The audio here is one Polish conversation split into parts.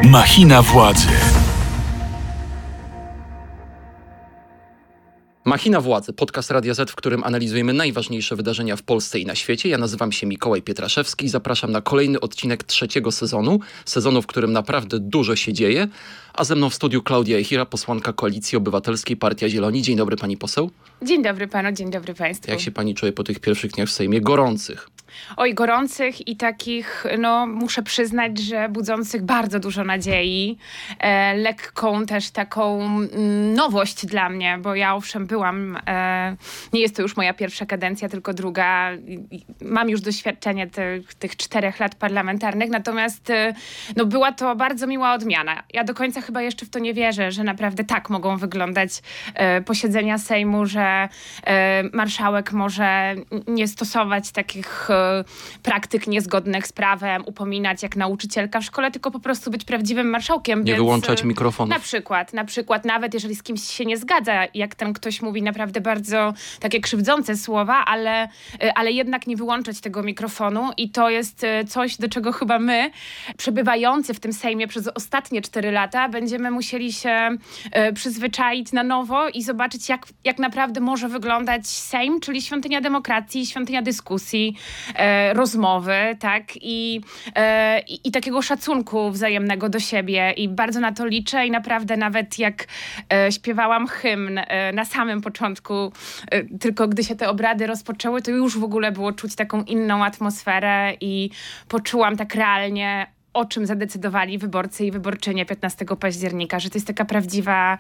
Machina władzy. Machina władzy, podcast Radia Z, w którym analizujemy najważniejsze wydarzenia w Polsce i na świecie. Ja nazywam się Mikołaj Pietraszewski i zapraszam na kolejny odcinek 3. sezonu, w którym naprawdę dużo się dzieje. A ze mną w studiu Klaudia Jachira, posłanka Koalicji Obywatelskiej, Partia Zieloni. Dzień dobry pani poseł. Dzień dobry panu, dzień dobry państwu. Jak się pani czuje po tych pierwszych dniach w Sejmie? Gorących. Oj, gorących i takich, muszę przyznać, że budzących bardzo dużo nadziei. Lekką też taką nowość dla mnie, bo ja owszem byłam, nie jest to już moja pierwsza kadencja, tylko druga. Mam już doświadczenie tych 4 lat parlamentarnych, natomiast była to bardzo miła odmiana. Ja do końca chyba jeszcze w to nie wierzę, że naprawdę tak mogą wyglądać posiedzenia Sejmu, że marszałek może nie stosować takich praktyk niezgodnych z prawem, upominać jak nauczycielka w szkole, tylko po prostu być prawdziwym marszałkiem. Nie wyłączać mikrofonów. Na przykład, nawet jeżeli z kimś się nie zgadza, jak ten ktoś mówi naprawdę bardzo takie krzywdzące słowa, ale jednak nie wyłączać tego mikrofonu i to jest coś, do czego chyba my, przebywający w tym Sejmie przez ostatnie 4 lata, będziemy musieli się przyzwyczaić na nowo i zobaczyć, jak naprawdę może wyglądać Sejm, czyli świątynia demokracji, świątynia dyskusji, rozmowy, tak? I takiego szacunku wzajemnego do siebie i bardzo na to liczę i naprawdę nawet jak śpiewałam hymn na samym początku, tylko gdy się te obrady rozpoczęły, to już w ogóle było czuć taką inną atmosferę i poczułam tak realnie, o czym zadecydowali wyborcy i wyborczynie 15 października, że to jest taka prawdziwa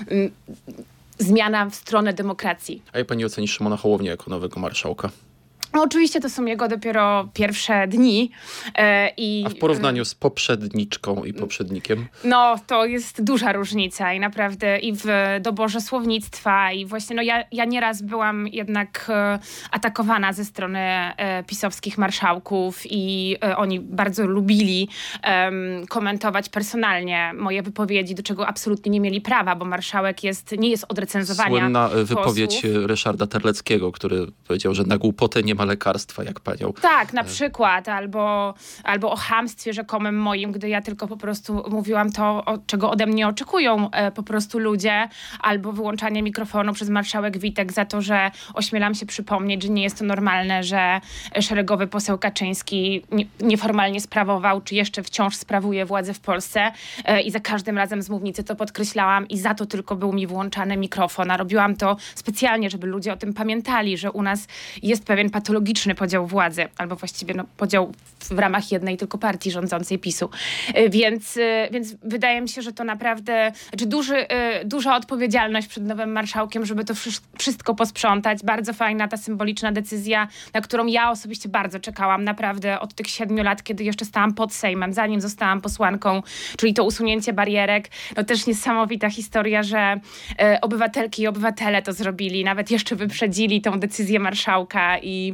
zmiana w stronę demokracji. A jak pani oceni Szymona Hołownię jako nowego marszałka? No oczywiście to są jego dopiero pierwsze dni. A w porównaniu z poprzedniczką i poprzednikiem? No to jest duża różnica i naprawdę i w doborze słownictwa i właśnie ja nieraz byłam jednak atakowana ze strony pisowskich marszałków i oni bardzo lubili komentować personalnie moje wypowiedzi, do czego absolutnie nie mieli prawa, bo marszałek nie jest od recenzowania Słynna wypowiedź posłów. Ryszarda Terleckiego, który powiedział, że na głupotę nie ma lekarstwa, jak panią. Tak, na przykład. Albo o chamstwie rzekomym moim, gdy ja tylko po prostu mówiłam to, czego ode mnie oczekują po prostu ludzie. Albo wyłączanie mikrofonu przez marszałek Witek za to, że ośmielam się przypomnieć, że nie jest to normalne, że szeregowy poseł Kaczyński nieformalnie sprawował, czy jeszcze wciąż sprawuje władzę w Polsce. I za każdym razem z mównicy to podkreślałam i za to tylko był mi włączany mikrofon. A robiłam to specjalnie, żeby ludzie o tym pamiętali, że u nas jest pewien patologiczny podział władzy, albo właściwie podział w ramach jednej tylko partii rządzącej PiS-u. Więc wydaje mi się, że to naprawdę duża odpowiedzialność przed nowym marszałkiem, żeby to wszystko posprzątać. Bardzo fajna ta symboliczna decyzja, na którą ja osobiście bardzo czekałam naprawdę od tych 7 lat, kiedy jeszcze stałam pod Sejmem, zanim zostałam posłanką, czyli to usunięcie barierek. No też niesamowita historia, że obywatelki i obywatele to zrobili, nawet jeszcze wyprzedzili tą decyzję marszałka i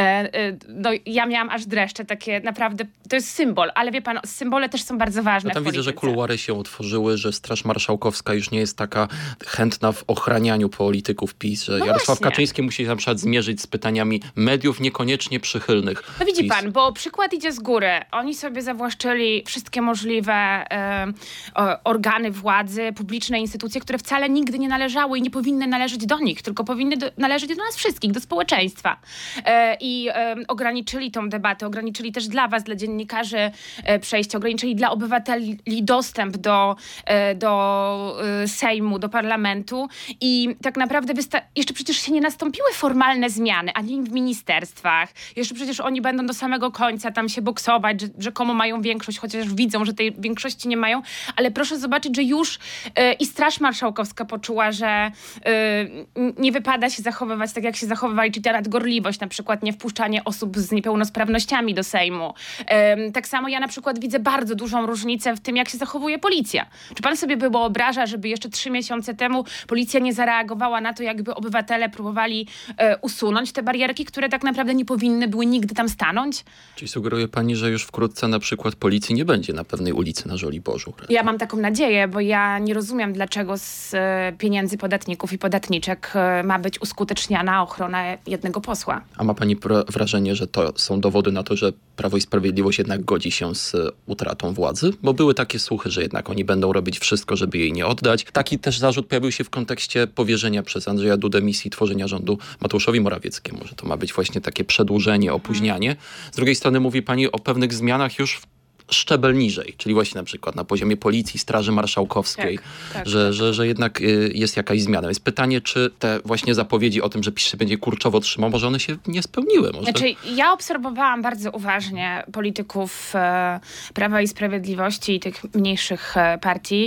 ja miałam aż dreszcze takie, naprawdę, to jest symbol, ale wie pan, symbole też są bardzo ważne tam w widzę, polityce. że kuluary się otworzyły, że Straż Marszałkowska już nie jest taka chętna w ochranianiu polityków PiS, że Jarosław właśnie. Kaczyński musi się na przykład zmierzyć z pytaniami mediów niekoniecznie przychylnych. No widzi PiS. pan, bo przykład idzie z góry. Oni sobie zawłaszczyli wszystkie możliwe organy władzy, publiczne instytucje, które wcale nigdy nie należały i nie powinny należeć do nich, tylko powinny należeć do nas wszystkich, do społeczeństwa. I ograniczyli tą debatę, ograniczyli też dla was, dla dziennikarzy przejście, ograniczyli dla obywateli dostęp do Sejmu, do parlamentu i tak naprawdę jeszcze przecież się nie nastąpiły formalne zmiany, ani w ministerstwach. Jeszcze przecież oni będą do samego końca tam się boksować, że rzekomo mają większość, chociaż widzą, że tej większości nie mają, ale proszę zobaczyć, że już i Straż Marszałkowska poczuła, że nie wypada się zachowywać tak, jak się zachowywali, czyli ta nadgorliwość, na przykład nie wpuszczanie osób z niepełnosprawnościami do Sejmu. Tak samo ja na przykład widzę bardzo dużą różnicę w tym, jak się zachowuje policja. Czy pan sobie wyobraża, żeby jeszcze 3 miesiące temu policja nie zareagowała na to, jakby obywatele próbowali usunąć te barierki, które tak naprawdę nie powinny były nigdy tam stanąć? Czyli sugeruje pani, że już wkrótce na przykład policji nie będzie na pewnej ulicy na Żoliborzu? Ja mam taką nadzieję, bo ja nie rozumiem, dlaczego z pieniędzy podatników i podatniczek ma być uskuteczniana ochrona jednego posła. A A ma pani wrażenie, że to są dowody na to, że Prawo i Sprawiedliwość jednak godzi się z utratą władzy? Bo były takie słuchy, że jednak oni będą robić wszystko, żeby jej nie oddać. Taki też zarzut pojawił się w kontekście powierzenia przez Andrzeja Dudę misji tworzenia rządu Mateuszowi Morawieckiemu, że to ma być właśnie takie przedłużenie, opóźnianie. Z drugiej strony mówi pani o pewnych zmianach już szczebel niżej, czyli właśnie na przykład na poziomie policji, Straży Marszałkowskiej, że jednak jest jakaś zmiana. Jest pytanie, czy te właśnie zapowiedzi o tym, że PiS się będzie kurczowo trzymał, może one się nie spełniły. Może? Znaczy, ja obserwowałam bardzo uważnie polityków Prawa i Sprawiedliwości i tych mniejszych partii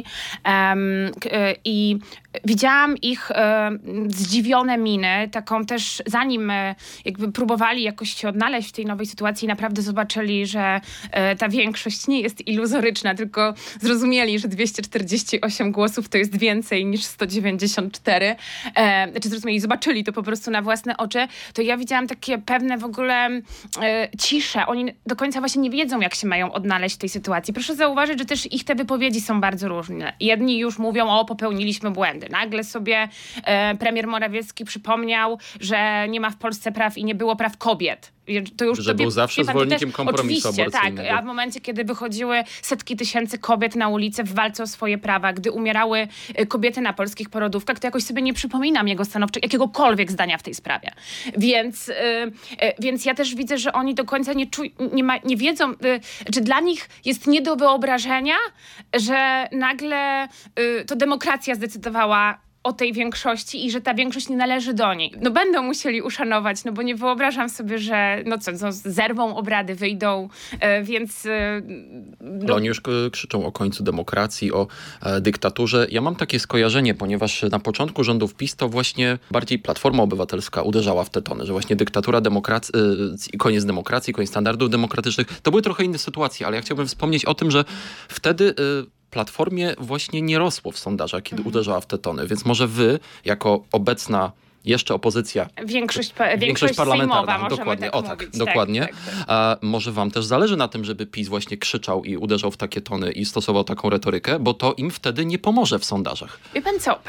i widziałam ich zdziwione miny, taką też zanim jakby próbowali jakoś się odnaleźć w tej nowej sytuacji, naprawdę zobaczyli, że ta większość nie jest iluzoryczna, tylko zrozumieli, że 248 głosów to jest więcej niż 194. Zrozumieli, zobaczyli to po prostu na własne oczy. To ja widziałam takie pewne w ogóle cisze. Oni do końca właśnie nie wiedzą, jak się mają odnaleźć w tej sytuacji. Proszę zauważyć, że też ich te wypowiedzi są bardzo różne. Jedni już mówią, popełniliśmy błędy. Nagle sobie premier Morawiecki przypomniał, że nie ma w Polsce praw i nie było praw kobiet. To już że był zawsze zwolennikiem kompromisu aborcyjnego. Tak, a w momencie, kiedy wychodziły setki tysięcy kobiet na ulicę w walce o swoje prawa, gdy umierały kobiety na polskich porodówkach, to jakoś sobie nie przypominam jego jakiegokolwiek zdania w tej sprawie. Więc ja też widzę, że oni do końca nie wiedzą, że dla nich jest nie do wyobrażenia, że nagle to demokracja zdecydowała o tej większości i że ta większość nie należy do niej. No będą musieli uszanować, bo nie wyobrażam sobie, że zerwą obrady, wyjdą, więc... Oni już krzyczą o końcu demokracji, o dyktaturze. Ja mam takie skojarzenie, ponieważ na początku rządów PiS to właśnie bardziej Platforma Obywatelska uderzała w te tony, że właśnie dyktatura demokracji, koniec demokracji, koniec standardów demokratycznych, to były trochę inne sytuacje, ale ja chciałbym wspomnieć o tym, że wtedy Platformie właśnie nie rosło w sondażach, kiedy uderzała w te tony. Więc może wy, jako obecna jeszcze opozycja, większość parlamentarna, sejmowa, dokładnie, tak mówić. Dokładnie. Tak. Może wam też zależy na tym, żeby PiS właśnie krzyczał i uderzał w takie tony i stosował taką retorykę, bo to im wtedy nie pomoże w sondażach. Wie pan co,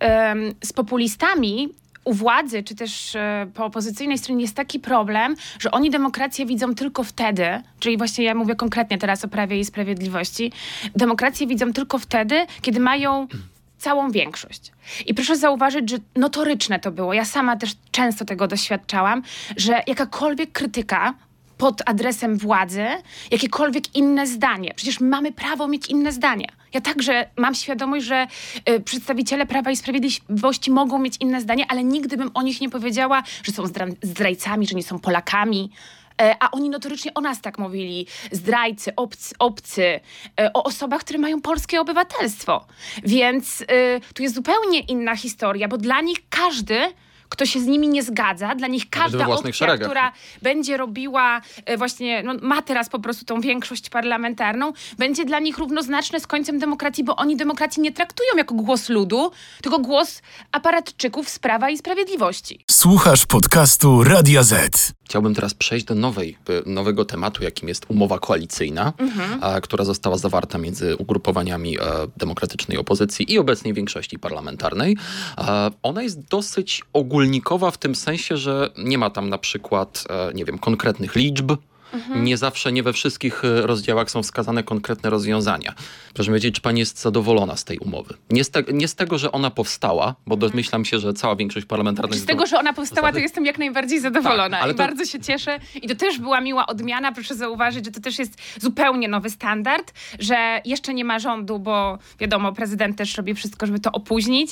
z populistami u władzy, czy też po opozycyjnej stronie jest taki problem, że oni demokrację widzą tylko wtedy, czyli właśnie ja mówię konkretnie teraz o Prawie i Sprawiedliwości, demokrację widzą tylko wtedy, kiedy mają całą większość. I proszę zauważyć, że notoryczne to było. Ja sama też często tego doświadczałam, że jakakolwiek krytyka pod adresem władzy, jakiekolwiek inne zdanie. Przecież mamy prawo mieć inne zdania. Ja także mam świadomość, że przedstawiciele Prawa i Sprawiedliwości mogą mieć inne zdanie, ale nigdy bym o nich nie powiedziała, że są zdrajcami, że nie są Polakami. A oni notorycznie o nas tak mówili. Zdrajcy, obcy, o osobach, które mają polskie obywatelstwo. Więc tu jest zupełnie inna historia, bo dla nich każdy, kto się z nimi nie zgadza, dla nich każda opcja, która będzie robiła właśnie, ma teraz po prostu tą większość parlamentarną, będzie dla nich równoznaczne z końcem demokracji, bo oni demokracji nie traktują jako głos ludu, tylko głos aparatczyków z Prawa i Sprawiedliwości. Słuchasz podcastu Radia Z. Chciałbym teraz przejść do nowego tematu, jakim jest umowa koalicyjna, która została zawarta między ugrupowaniami demokratycznej opozycji i obecnej większości parlamentarnej. Ona jest dosyć ogólnikowa w tym sensie, że nie ma tam na przykład, konkretnych liczb. Nie zawsze, nie we wszystkich rozdziałach są wskazane konkretne rozwiązania. Proszę wiedzieć, czy pani jest zadowolona z tej umowy? Nie z tego, że ona powstała, bo domyślam się, że cała większość parlamentarna... Z tego, że ona powstała, to jestem jak najbardziej zadowolona. Tak, bardzo się cieszę. I to też była miła odmiana. Proszę zauważyć, że to też jest zupełnie nowy standard, że jeszcze nie ma rządu, bo wiadomo, prezydent też robi wszystko, żeby to opóźnić,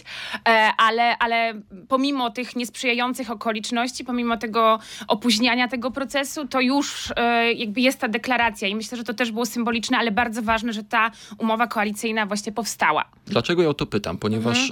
ale pomimo tych niesprzyjających okoliczności, pomimo tego opóźniania tego procesu, to już jakby jest ta deklaracja i myślę, że to też było symboliczne, ale bardzo ważne, że ta umowa koalicyjna właśnie powstała. Dlaczego ja o to pytam? Ponieważ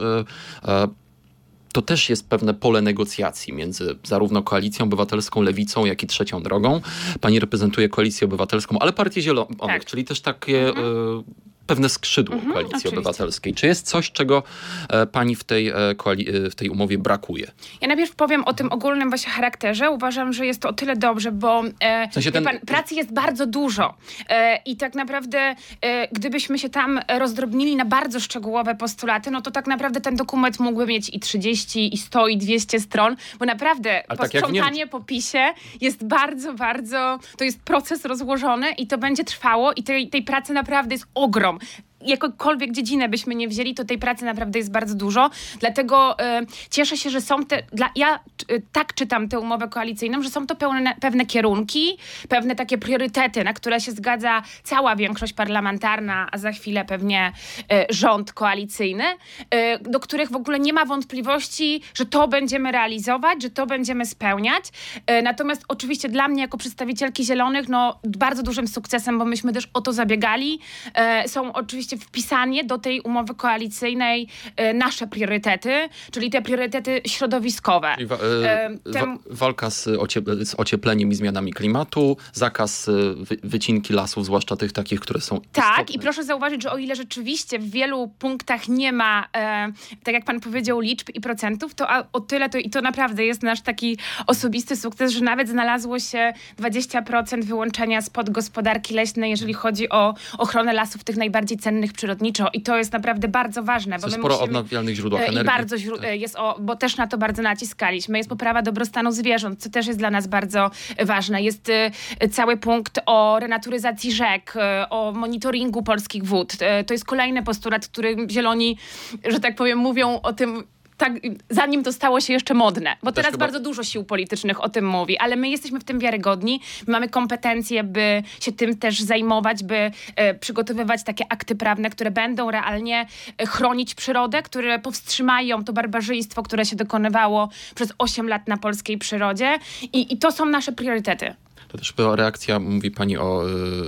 to też jest pewne pole negocjacji między zarówno Koalicją Obywatelską, Lewicą, jak i Trzecią Drogą. Pani reprezentuje Koalicję Obywatelską, ale Partię Zielonych, czyli też takie pewne skrzydło Koalicji oczywiście. Obywatelskiej. Czy jest coś, czego pani w tej umowie brakuje? Ja najpierw powiem o tym ogólnym właśnie charakterze. Uważam, że jest to o tyle dobrze, bo W sensie pracy jest bardzo dużo. I tak naprawdę gdybyśmy się tam rozdrobnili na bardzo szczegółowe postulaty, no to tak naprawdę ten dokument mógłby mieć i 30, i 100, i 200 stron, bo naprawdę posprzątanie po PiS-ie jest bardzo, bardzo... To jest proces rozłożony i to będzie trwało i tej pracy naprawdę jest ogrom. Jakąkolwiek dziedzinę byśmy nie wzięli, to tej pracy naprawdę jest bardzo dużo. Dlatego cieszę się, że są tak czytam tę umowę koalicyjną, że są to pewne kierunki, pewne takie priorytety, na które się zgadza cała większość parlamentarna, a za chwilę pewnie rząd koalicyjny, do których w ogóle nie ma wątpliwości, że to będziemy realizować, że to będziemy spełniać. Natomiast oczywiście dla mnie jako przedstawicielki Zielonych, no bardzo dużym sukcesem, bo myśmy też o to zabiegali, są oczywiście wpisanie do tej umowy koalicyjnej nasze priorytety, czyli te priorytety środowiskowe. Czyli walka z ociepleniem i zmianami klimatu, zakaz wycinki lasów, zwłaszcza tych takich, które są tak, istotne. I proszę zauważyć, że o ile rzeczywiście w wielu punktach nie ma, tak jak pan powiedział, liczb i procentów, to o tyle to naprawdę jest nasz taki osobisty sukces, że nawet znalazło się 20% wyłączenia spod gospodarki leśnej, jeżeli chodzi o ochronę lasów tych najbardziej cennych przyrodniczo i to jest naprawdę bardzo ważne. Bo my sporo odnawialnych źródłach energii. I bardzo bo też na to bardzo naciskaliśmy. Jest poprawa dobrostanu zwierząt, co też jest dla nas bardzo ważne. Jest cały punkt o renaturyzacji rzek, o monitoringu polskich wód. To jest kolejny postulat, który Zieloni, że tak powiem, mówią o tym tak, zanim to stało się jeszcze modne. Bo teraz bardzo dużo sił politycznych o tym mówi, ale my jesteśmy w tym wiarygodni. Mamy kompetencje, by się tym też zajmować, by przygotowywać takie akty prawne, które będą realnie chronić przyrodę, które powstrzymają to barbarzyństwo, które się dokonywało przez 8 lat na polskiej przyrodzie. I to są nasze priorytety. To też była reakcja, mówi pani o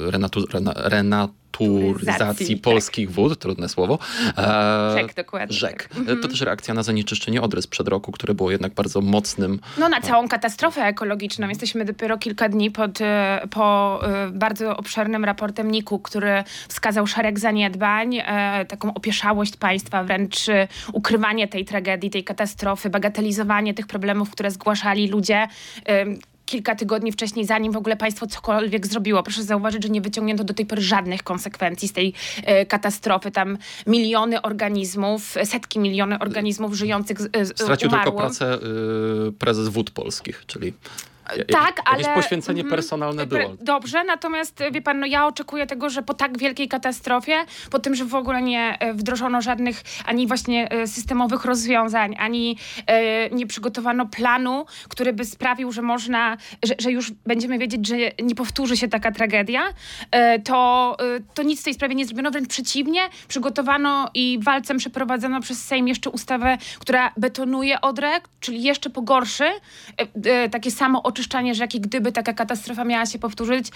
renaturyzacji polskich wód, trudne słowo. Rzek, dokładnie. Rzek. To też reakcja na zanieczyszczenie Odry sprzed roku, które było jednak bardzo mocnym. No na całą katastrofę ekologiczną. Jesteśmy dopiero kilka dni po bardzo obszernym raportem NIK-u, który wskazał szereg zaniedbań, taką opieszałość państwa, wręcz ukrywanie tej tragedii, tej katastrofy, bagatelizowanie tych problemów, które zgłaszali ludzie. Kilka tygodni wcześniej, zanim w ogóle państwo cokolwiek zrobiło. Proszę zauważyć, że nie wyciągnięto do tej pory żadnych konsekwencji z tej katastrofy. Tam miliony organizmów, setki miliony organizmów żyjących stracił umarło. tylko pracę prezes Wód Polskich, czyli tak, jakieś poświęcenie personalne było. Dobrze, natomiast wie pan, no ja oczekuję tego, że po tak wielkiej katastrofie, po tym, że w ogóle nie wdrożono żadnych ani właśnie systemowych rozwiązań, ani nie przygotowano planu, który by sprawił, że że już będziemy wiedzieć, że nie powtórzy się taka tragedia, to nic w tej sprawie nie zrobiono, wręcz przeciwnie, przygotowano i walcem przeprowadzono przez Sejm jeszcze ustawę, która betonuje Odrę, czyli jeszcze pogorszy takie samo oczyszczanie rzeki, gdyby taka katastrofa miała się powtórzyć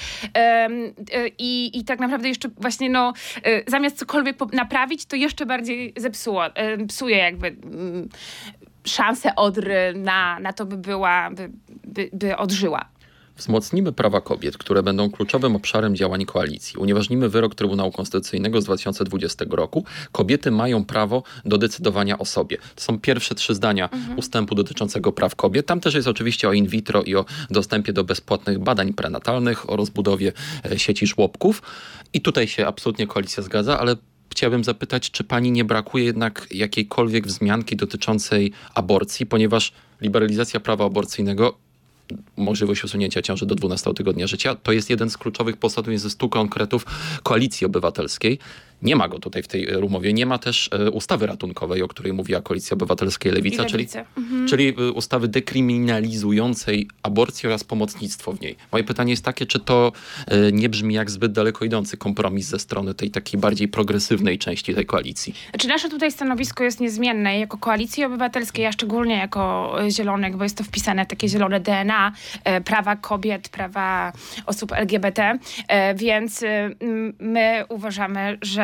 i tak naprawdę jeszcze właśnie zamiast cokolwiek naprawić, to jeszcze bardziej psuje jakby szansę Odry na to, by odżyła. Wzmocnimy prawa kobiet, które będą kluczowym obszarem działań koalicji. Unieważnimy wyrok Trybunału Konstytucyjnego z 2020 roku. Kobiety mają prawo do decydowania o sobie. To są pierwsze 3 zdania ustępu dotyczącego praw kobiet. Tam też jest oczywiście o in vitro i o dostępie do bezpłatnych badań prenatalnych, o rozbudowie sieci żłobków. I tutaj się absolutnie koalicja zgadza, ale chciałbym zapytać, czy pani nie brakuje jednak jakiejkolwiek wzmianki dotyczącej aborcji, ponieważ liberalizacja prawa aborcyjnego, możliwość usunięcia ciąży do 12 tygodnia życia, to jest jeden z kluczowych postulatów ze 100 konkretów Koalicji Obywatelskiej. Nie ma go tutaj w tej umowie. Nie ma też ustawy ratunkowej, o której mówiła Koalicja Obywatelska i Lewica, czyli ustawy dekryminalizującej aborcję oraz pomocnictwo w niej. Moje pytanie jest takie, czy to nie brzmi jak zbyt daleko idący kompromis ze strony tej takiej bardziej progresywnej części tej koalicji? Znaczy nasze tutaj stanowisko jest niezmienne. Jako Koalicji Obywatelskiej, a szczególnie jako Zielonych, bo jest to wpisane takie zielone DNA, prawa kobiet, prawa osób LGBT, więc my uważamy, że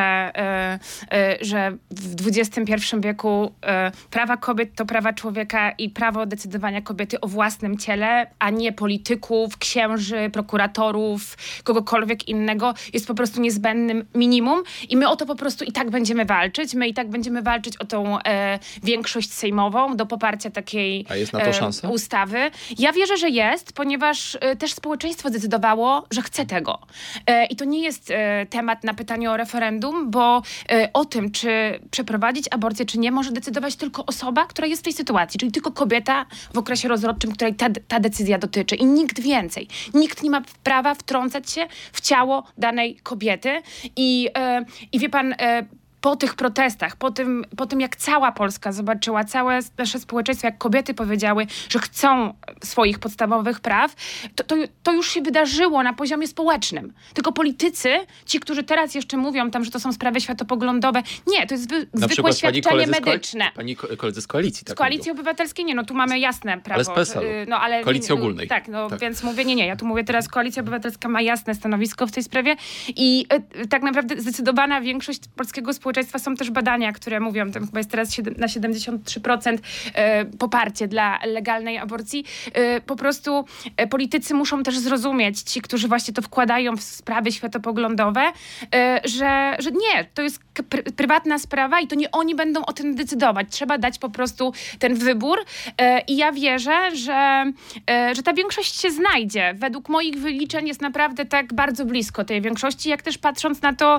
że w XXI wieku prawa kobiet to prawa człowieka i prawo decydowania kobiety o własnym ciele, a nie polityków, księży, prokuratorów, kogokolwiek innego, jest po prostu niezbędnym minimum i my o to po prostu i tak będziemy walczyć. My i tak będziemy walczyć o tą większość sejmową do poparcia takiej A jest na to szansa? ustawy. Ja wierzę, że jest, ponieważ też społeczeństwo zdecydowało, że chce tego. I to nie jest temat na pytanie o referendum, bo o tym, czy przeprowadzić aborcję, czy nie, może decydować tylko osoba, która jest w tej sytuacji, czyli tylko kobieta w okresie rozrodczym, której ta decyzja dotyczy i nikt więcej. Nikt nie ma prawa wtrącać się w ciało danej kobiety i wie pan, po tych protestach, po tym jak cała Polska zobaczyła, całe nasze społeczeństwo, jak kobiety powiedziały, że chcą swoich podstawowych praw, to już się wydarzyło na poziomie społecznym. Tylko politycy, ci, którzy teraz jeszcze mówią tam, że to są sprawy światopoglądowe, nie, to jest zwykłe świadczenie medyczne. Pani koledzy z koalicji. Z Koalicji Obywatelskiej nie, no tu mamy jasne prawo. Ale z PSL-u. Ale Koalicji Ogólnej. Tak, więc mówię, nie, ja tu mówię teraz, Koalicja Obywatelska ma jasne stanowisko w tej sprawie i tak naprawdę zdecydowana większość polskiego społeczeństwa, są też badania, które mówią, tam chyba jest teraz na 73% poparcie dla legalnej aborcji. Po prostu politycy muszą też zrozumieć, ci, którzy właśnie to wkładają w sprawy światopoglądowe, że nie, to jest prywatna sprawa i to nie oni będą o tym decydować. Trzeba dać po prostu ten wybór i ja wierzę, że ta większość się znajdzie. Według moich wyliczeń jest naprawdę tak bardzo blisko tej większości, jak też patrząc na to,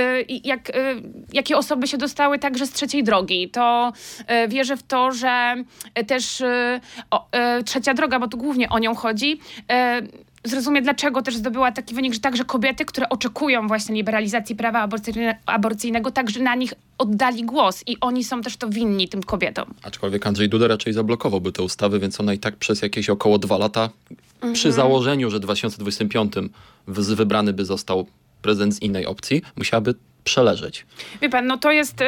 jakie osoby się dostały także z trzeciej drogi. To wierzę w to, że też trzecia droga, bo tu głównie o nią chodzi, zrozumie, dlaczego też zdobyła taki wynik, że także kobiety, które oczekują właśnie liberalizacji prawa aborcyjnego, także na nich oddali głos i oni są też to winni tym kobietom. Aczkolwiek Andrzej Duda raczej zablokowałby te ustawy, więc ona i tak przez jakieś około 2 lata, przy założeniu, że w 2025 wybrany by został prezydent z innej opcji, musiałaby przeleżeć. Wie pan, no to jest...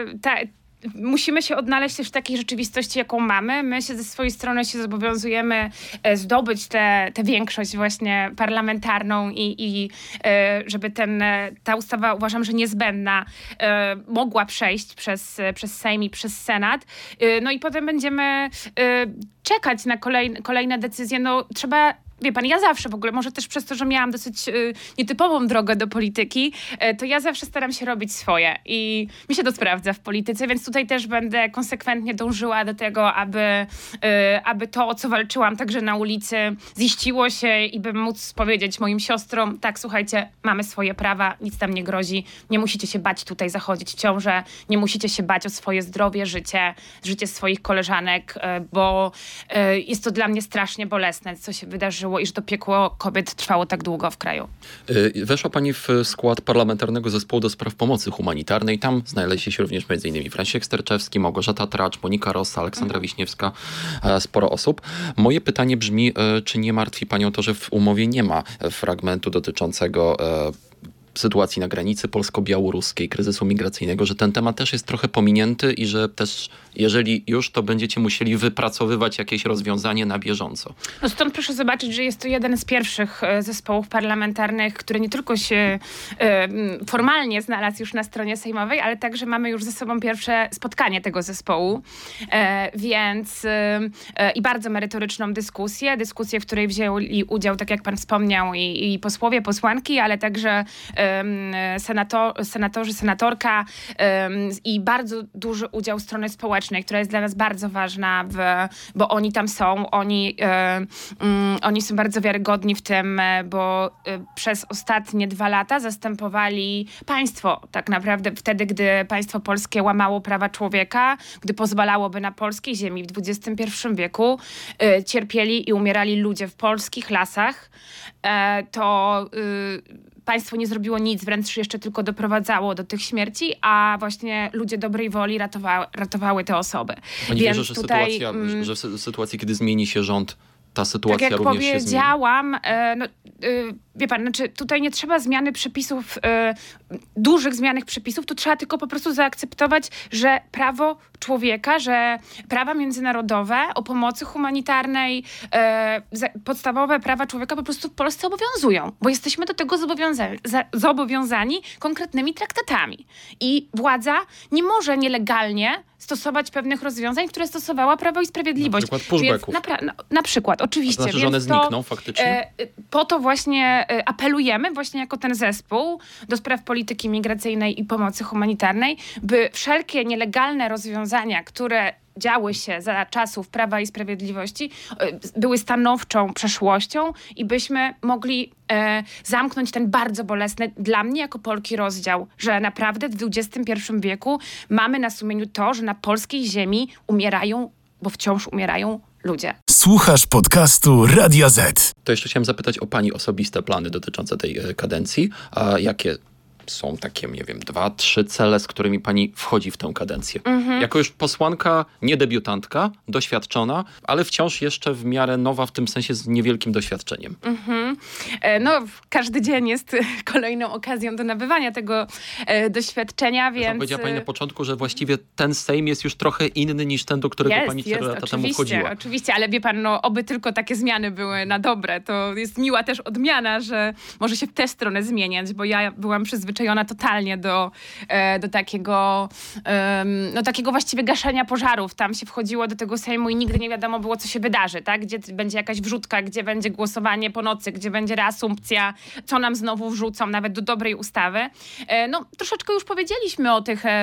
Musimy się odnaleźć też w takiej rzeczywistości, jaką mamy. My się ze swojej strony się zobowiązujemy zdobyć tę większość właśnie parlamentarną i żeby ta ustawa, uważam, że niezbędna, mogła przejść przez Sejm i przez Senat. No i potem będziemy czekać na kolejne decyzje. No trzeba... Wie pan, ja zawsze w ogóle, może też przez to, że miałam dosyć nietypową drogę do polityki, to ja zawsze staram się robić swoje i mi się to sprawdza w polityce, więc tutaj też będę konsekwentnie dążyła do tego, aby to, o co walczyłam także na ulicy, ziściło się i bym móc powiedzieć moim siostrom, tak, słuchajcie, mamy swoje prawa, nic tam nie grozi, nie musicie się bać tutaj zachodzić w ciążę, nie musicie się bać o swoje zdrowie, życie swoich koleżanek, bo jest to dla mnie strasznie bolesne, co się wydarzyło i że to piekło kobiet trwało tak długo w kraju. Weszła pani w skład Parlamentarnego Zespołu do Spraw Pomocy Humanitarnej. Tam znaleźli się również m.in. Franciszek Sterczewski, Małgorzata Tracz, Monika Rosa, Aleksandra Wiśniewska, sporo osób. Moje pytanie brzmi, czy nie martwi panią to, że w umowie nie ma fragmentu dotyczącego sytuacji na granicy polsko-białoruskiej, kryzysu migracyjnego, że ten temat też jest trochę pominięty i że też, jeżeli już, to będziecie musieli wypracowywać jakieś rozwiązanie na bieżąco. No stąd proszę zobaczyć, że jest to jeden z pierwszych zespołów parlamentarnych, który nie tylko się formalnie znalazł już na stronie sejmowej, ale także mamy już ze sobą pierwsze spotkanie tego zespołu, więc i bardzo merytoryczną dyskusję, w której wzięli udział, tak jak pan wspomniał, i posłowie, posłanki, ale także senatorzy, senatorka i bardzo duży udział strony społecznej, która jest dla nas bardzo ważna, bo oni tam są, oni są bardzo wiarygodni w tym, bo przez ostatnie 2 lata zastępowali państwo, tak naprawdę wtedy, gdy państwo polskie łamało prawa człowieka, gdy pozwalałoby na polskiej ziemi w XXI wieku cierpieli i umierali ludzie w polskich lasach, to państwo nie zrobiło nic, wręcz jeszcze tylko doprowadzało do tych śmierci, a właśnie ludzie dobrej woli ratowały te osoby. Pani wierzy, że że w sytuacji, kiedy zmieni się rząd, ta sytuacja tak jak również się zmieni? powiedziałam, wie pan, znaczy tutaj nie trzeba zmiany przepisów, dużych zmian przepisów, tu trzeba tylko po prostu zaakceptować, że prawo człowieka, że prawa międzynarodowe o pomocy humanitarnej, podstawowe prawa człowieka po prostu w Polsce obowiązują, bo jesteśmy do tego zobowiązani konkretnymi traktatami. I władza nie może nielegalnie stosować pewnych rozwiązań, które stosowała Prawo i Sprawiedliwość. Na przykład pushbacków. Na przykład, oczywiście. To znaczy, że one znikną faktycznie? Po to właśnie apelujemy, właśnie jako ten zespół do spraw polityki migracyjnej i pomocy humanitarnej, by wszelkie nielegalne rozwiązania, które działy się za czasów Prawa i Sprawiedliwości, były stanowczą przeszłością i byśmy mogli zamknąć ten bardzo bolesny dla mnie jako Polki rozdział, że naprawdę w XXI wieku mamy na sumieniu to, że na polskiej ziemi umierają, bo wciąż umierają ludzie. Słuchasz podcastu Radia Z. To jeszcze chciałem zapytać o pani osobiste plany dotyczące tej kadencji. A jakie są takie, nie wiem, 2-3 cele, z którymi pani wchodzi w tę kadencję? Jako już posłanka, nie debiutantka, doświadczona, ale wciąż jeszcze w miarę nowa, w tym sensie z niewielkim doświadczeniem. No, każdy dzień jest kolejną okazją do nabywania tego doświadczenia, więc... Powiedziała pani na początku, że właściwie ten Sejm jest już trochę inny niż ten, do którego pani 4 lata temu wchodziła. Oczywiście, ale wie pan, no oby tylko takie zmiany były na dobre. To jest miła też odmiana, że może się w tę stronę zmieniać, bo ja byłam przyzwyczajona totalnie do takiego właściwie gaszenia pożarów. Tam się wchodziło do tego Sejmu i nigdy nie wiadomo było, co się wydarzy, tak? Gdzie będzie jakaś wrzutka, gdzie będzie głosowanie po nocy, gdzie będzie reasumpcja, co nam znowu wrzucą, nawet do dobrej ustawy. No, troszeczkę już powiedzieliśmy o tych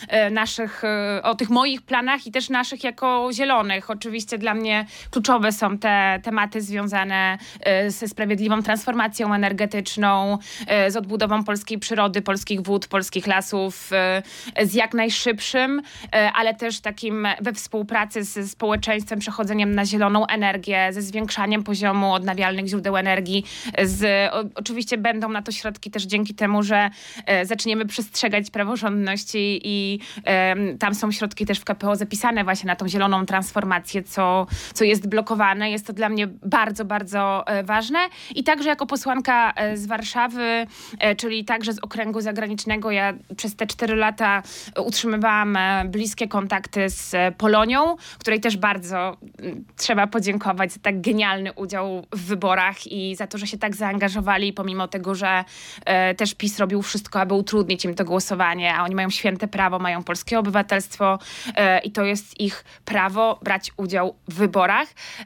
o tych moich planach i też naszych jako zielonych. Oczywiście dla mnie kluczowe są te tematy związane ze sprawiedliwą transformacją energetyczną, z odbudową polskiej przyrody, polskich wód, polskich lasów, z jak najszybszym, ale też takim we współpracy ze społeczeństwem przechodzeniem na zieloną energię, ze zwiększaniem poziomu odnawialnych źródeł energii. Oczywiście będą na to środki też dzięki temu, że zaczniemy przestrzegać praworządności i tam są środki też w KPO zapisane właśnie na tą zieloną transformację, co jest blokowane. Jest to dla mnie bardzo, bardzo ważne. I także jako posłanka z Warszawy, czyli także z okręgu zagranicznego, ja przez te 4 lata utrzymywałam bliskie kontakty z Polonią, której też bardzo trzeba podziękować za tak genialny udział w wyborach i za to, że się tak zaangażowali, pomimo tego, że też PiS robił wszystko, aby utrudnić im to głosowanie, a oni mają święte prawo, mają polskie obywatelstwo i to jest ich prawo brać udział w wyborach.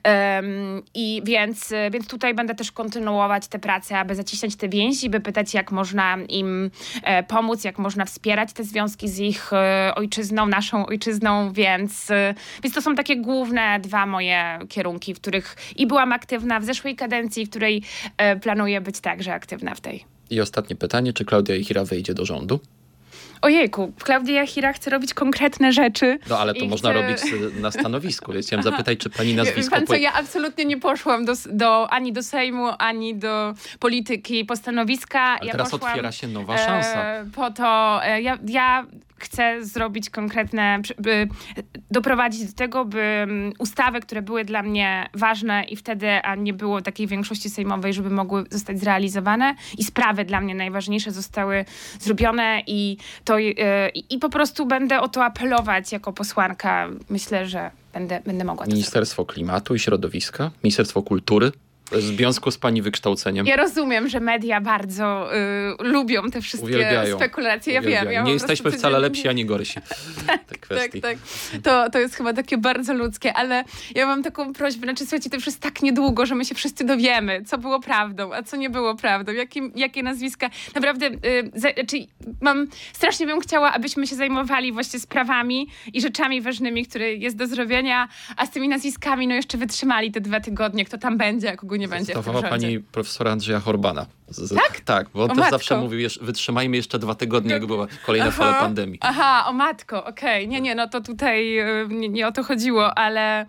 I więc tutaj będę też kontynuować tę pracę, aby zacisnąć te więzi, by pytać, jak można im pomóc, jak można wspierać te związki z ich ojczyzną, naszą ojczyzną, więc to są takie główne 2 moje kierunki, w których i byłam aktywna w zeszłej kadencji, w której planuję być także aktywna w tej. I ostatnie pytanie, czy Klaudia Jachira wejdzie do rządu? Ojejku, Klaudia Jachira chce robić konkretne rzeczy. No ale to można robić na stanowisku. Więc chciałem zapytać, czy pani nazwisko... Pan co, ja absolutnie nie poszłam ani do Sejmu, ani do polityki po stanowiska. Ale teraz poszłam, otwiera się nowa szansa. Po to ja chcę zrobić konkretne, doprowadzić do tego, by ustawy, które były dla mnie ważne i wtedy, a nie było takiej większości sejmowej, żeby mogły zostać zrealizowane i sprawy dla mnie najważniejsze zostały zrobione i po prostu będę o to apelować jako posłanka. Myślę, że będę mogła to Ministerstwo Klimatu i Środowiska? Ministerstwo Kultury? W związku z pani wykształceniem? Ja rozumiem, że media bardzo lubią te wszystkie spekulacje. Ja wiem. Ja nie jesteśmy wcale lepsi ani gorsi. Tak. To jest chyba takie bardzo ludzkie, ale ja mam taką prośbę, słuchajcie, to już jest tak niedługo, że my się wszyscy dowiemy, co było prawdą, a co nie było prawdą, jakie nazwiska. Naprawdę, strasznie bym chciała, abyśmy się zajmowali właśnie sprawami i rzeczami ważnymi, które jest do zrobienia, a z tymi nazwiskami jeszcze wytrzymali te 2 tygodnie, kto tam będzie, a kogo nie będzie. Stawała pani profesora Andrzeja Horbana Tak, bo on też zawsze mówił, wytrzymajmy jeszcze 2 tygodnie, jak była kolejna fala pandemii. Aha, o matko, okej. Nie, no to tutaj nie o to chodziło, ale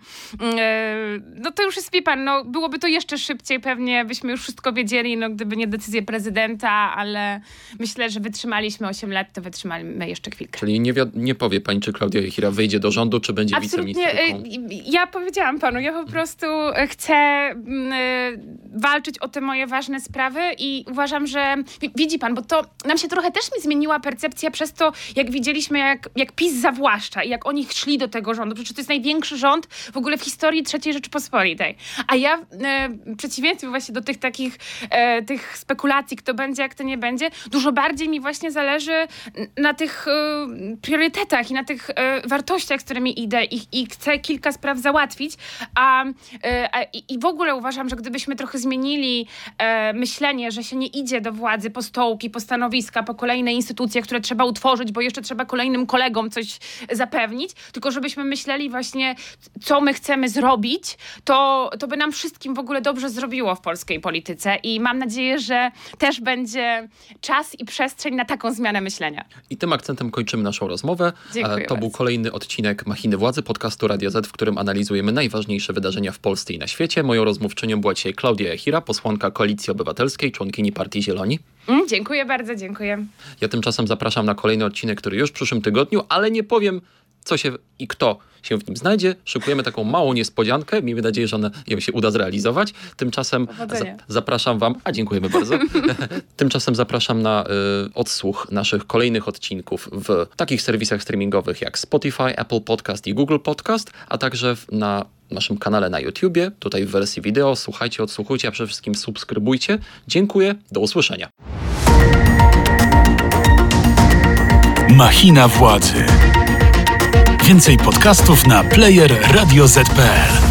no to już jest, wie pan, no byłoby to jeszcze szybciej, pewnie byśmy już wszystko wiedzieli, no gdyby nie decyzje prezydenta, ale myślę, że wytrzymaliśmy 8 lat, to wytrzymamy jeszcze chwilkę. Czyli nie powie pani, czy Klaudia Jachira wyjdzie do rządu, czy będzie wiceministerką? Ja powiedziałam panu, ja po prostu chcę walczyć o te moje ważne sprawy i uważam, że widzi pan, bo to nam się trochę też mi zmieniła percepcja przez to, jak widzieliśmy, jak PiS zawłaszcza i jak oni szli do tego rządu. Przecież to jest największy rząd w ogóle w historii III Rzeczypospolitej. A ja w przeciwieństwie właśnie do tych takich tych spekulacji, kto będzie, jak to nie będzie, dużo bardziej mi właśnie zależy na tych priorytetach i na tych wartościach, z którymi idę i chcę kilka spraw załatwić. I w ogóle uważam, że gdybyśmy trochę zmienili myślenie, że się nie idzie do władzy po stołki, po stanowiska, po kolejne instytucje, które trzeba utworzyć, bo jeszcze trzeba kolejnym kolegom coś zapewnić, tylko żebyśmy myśleli właśnie, co my chcemy zrobić, to by nam wszystkim w ogóle dobrze zrobiło w polskiej polityce i mam nadzieję, że też będzie czas i przestrzeń na taką zmianę myślenia. I tym akcentem kończymy naszą rozmowę. Dziękuję To był kolejny odcinek Machiny Władzy, podcastu Radia Z, w którym analizujemy najważniejsze wydarzenia w Polsce i na świecie. Moją rozmówczynią była dzisiaj Klaudia Jachira, posłanka Koalicji Obywatelskiej, członkini Partii Zieloni. Dziękuję bardzo, dziękuję. Ja tymczasem zapraszam na kolejny odcinek, który już w przyszłym tygodniu, ale nie powiem, co się i kto się w nim znajdzie. Szykujemy taką małą niespodziankę. Miejmy nadzieję, że ją się uda zrealizować. Tymczasem zapraszam wam, dziękujemy bardzo. Tymczasem zapraszam na odsłuch naszych kolejnych odcinków w takich serwisach streamingowych jak Spotify, Apple Podcast i Google Podcast, a także na naszym kanale na YouTubie, tutaj w wersji wideo. Słuchajcie, odsłuchujcie, a przede wszystkim subskrybujcie. Dziękuję, do usłyszenia. Machina Władzy. Więcej podcastów na player radioz.pl.